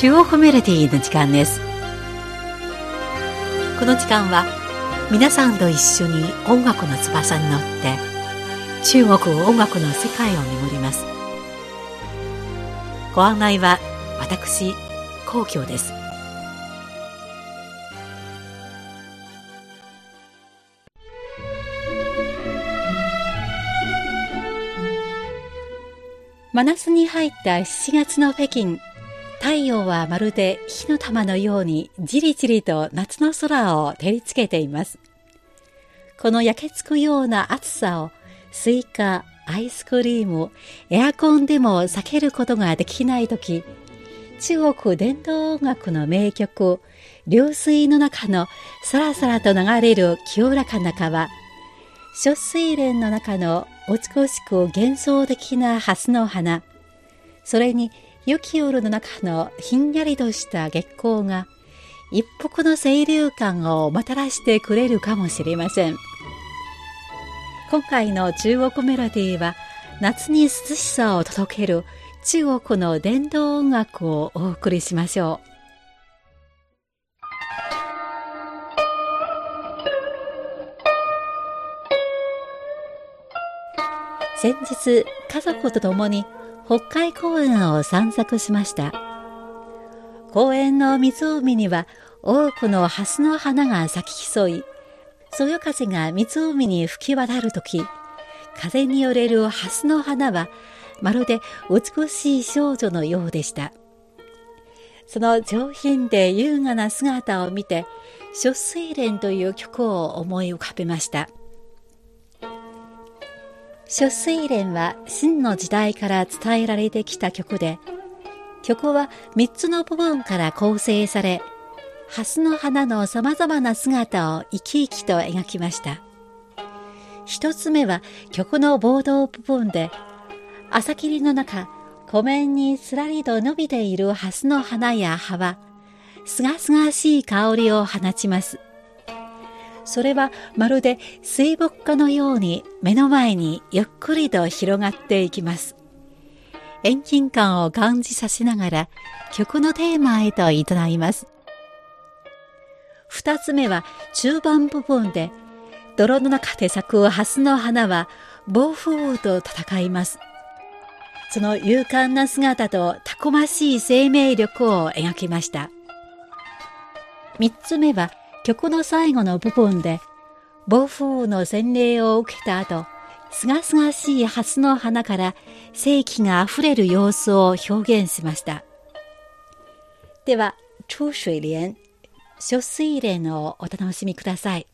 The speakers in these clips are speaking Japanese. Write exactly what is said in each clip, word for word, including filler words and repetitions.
中国メロディーの時間です。この時間は皆さんと一緒に音楽の翼に乗って中国音楽の世界を巡ります。ご案内は私、皇居です。真夏に入ったしちがつの北京、太陽はまるで火の玉のようにじりじりと夏の空を照りつけています。この焼けつくような暑さをスイカ、アイスクリーム、エアコンでも避けることができないとき、中国伝統音楽の名曲、流水の中のさらさらと流れる清らかな川、疏水蓮の中の美しく幻想的な蓮の花、それに雪夜の中のひんやりとした月光が一服の清流感をもたらしてくれるかもしれません。今回の中国メロディーは夏に涼しさを届ける中国の伝統音楽をお送りしましょう。先日、家族と共に北海公園を散策しました。公園の湖には多くの蓮の花が咲き競い、そよ風が湖に吹き渡るとき、風に揺れる蓮の花はまるで美しい少女のようでした。その上品で優雅な姿を見て、疏水蓮という曲を思い浮かべました。疏水蓮は秦の時代から伝えられてきた曲で、曲はみっつの部分から構成され、蓮の花のさまざまな姿を生き生きと描きました。一つ目は曲の冒頭部分で、朝霧の中、湖面にすらりと伸びている蓮の花や葉は、すがすがしい香りを放ちます。それはまるで水墨画のように目の前にゆっくりと広がっていきます。遠近感を感じさせながら曲のテーマへと誘います。二つ目は中盤部分で、泥の中で咲く蓮の花は暴風雨と戦います。その勇敢な姿とたくましい生命力を描きました。三つ目は曲の最後の部分で、暴風雨の洗礼を受けた後、すがすがしい蓮の花から生気があふれる様子を表現しました。では、出水蓮、疏水蓮をお楽しみください。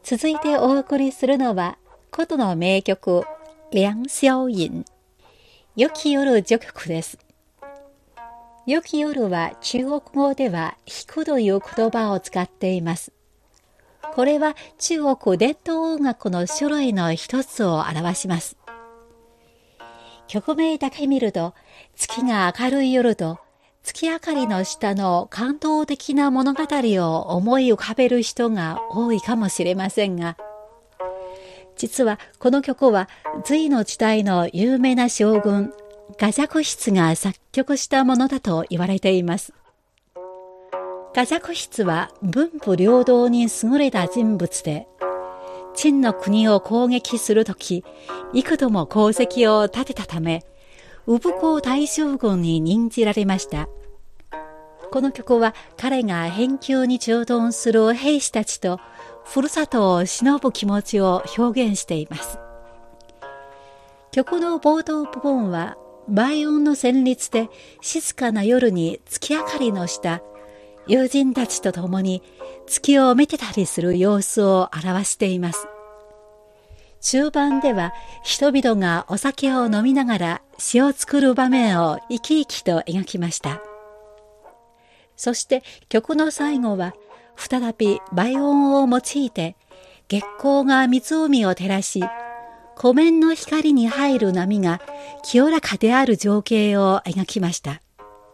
続いてお送りするのは琴の名曲梁宵引、良き夜序曲です。良き夜は中国語では弾くという言葉を使っています。これは中国伝統音楽の種類の一つを表します。曲名だけ見ると、月が明るい夜と月明かりの下の感動的な物語を思い浮かべる人が多いかもしれませんが、実はこの曲は隋の時代の有名な将軍雅寂筆が作曲したものだと言われています。雅寂筆は文武両道に優れた人物で、陳の国を攻撃するとき、幾度も功績を立てたため、武功大将軍に任じられました。この曲は彼が返球に駐屯する兵士たちとふるさとを偲ぶ気持ちを表現しています。曲の冒頭部分は倍音の旋律で静かな夜に月明かりの下、友人たちと共に月を見てたりする様子を表しています。中盤では人々がお酒を飲みながら詩を作る場面を生き生きと描きました。そして曲の最後は再び倍音を用いて月光が湖を照らし、湖面の光に入る波が清らかである情景を描きました。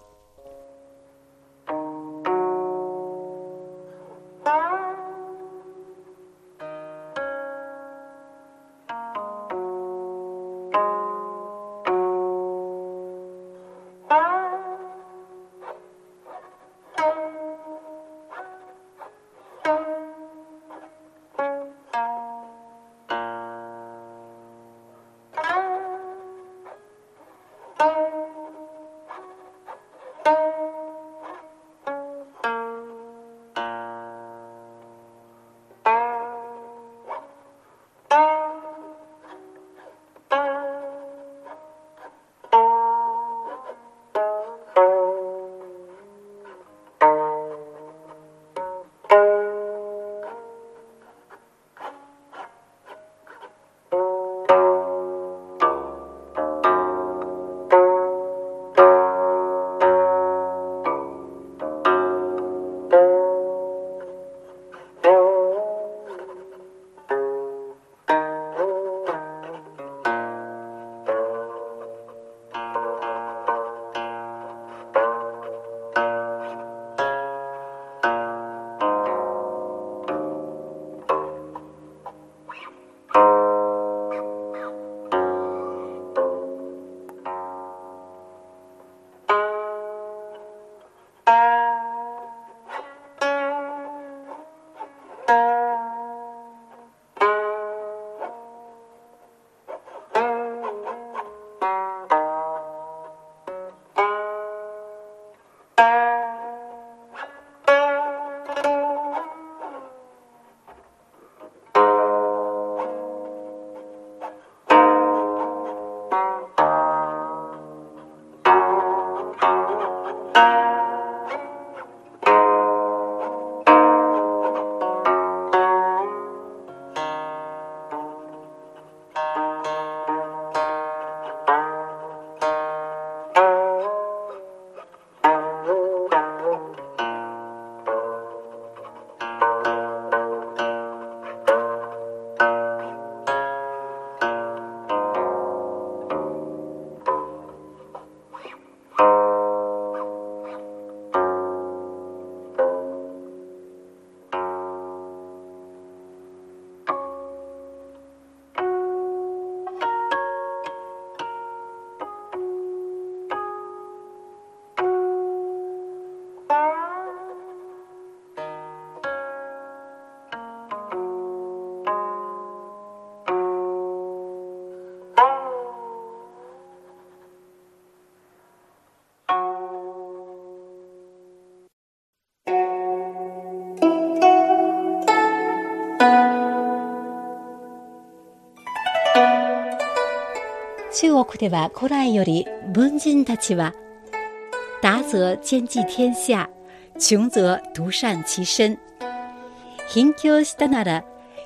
中国では古来より文人たちは、達則兼济天下、窮則独善其身。貧窮したなら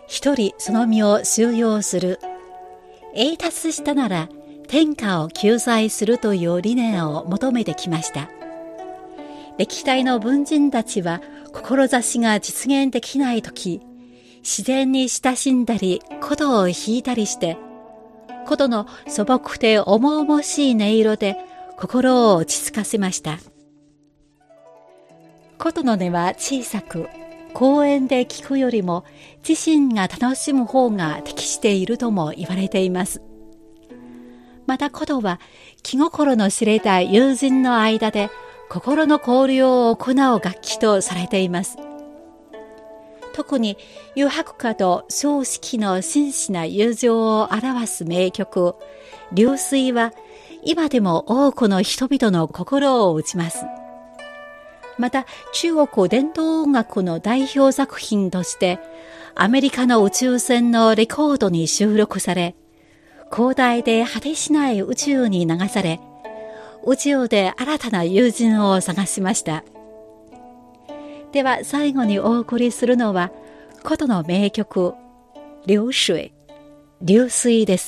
一人その身を収容する。栄達したなら天下を救済するという理念を求めてきました。歴代の文人たちは志が実現できないとき、自然に親しんだり琴を弾いたりして、琴の素朴で重々しい音色で心を落ち着かせました。琴の音は小さく、公園で聴くよりも自身が楽しむ方が適しているとも言われています。また琴は気心の知れた友人の間で心の交流を行う楽器とされています。特に余白家と葬式の真摯な友情を表す名曲、流水は今でも多くの人々の心を打ちます。また中国伝統音楽の代表作品としてアメリカの宇宙船のレコードに収録され、広大で果てしない宇宙に流され、宇宙で新たな友人を探しました。では最後にお送りするのは琴の名曲、流水、流水です。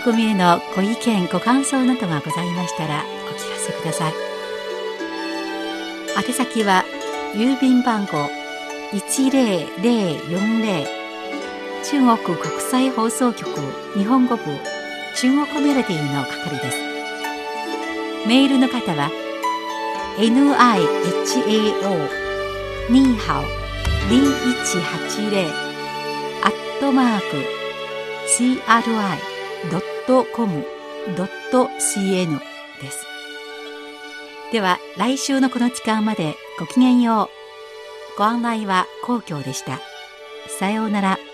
番組へのご意見ご感想などがございましたらお聞かせください。宛先は郵便番号 いちぜろぜろよんぜろ 中国国際放送局日本語部中国メロディーの係です。メールの方は ニハオ にハオにいちはちぜろ アットマーク シーアールアイ ドットコム ドット シーエヌ です。では来週のこの時間までごきげんよう。ご案内は皇居でした。さようなら。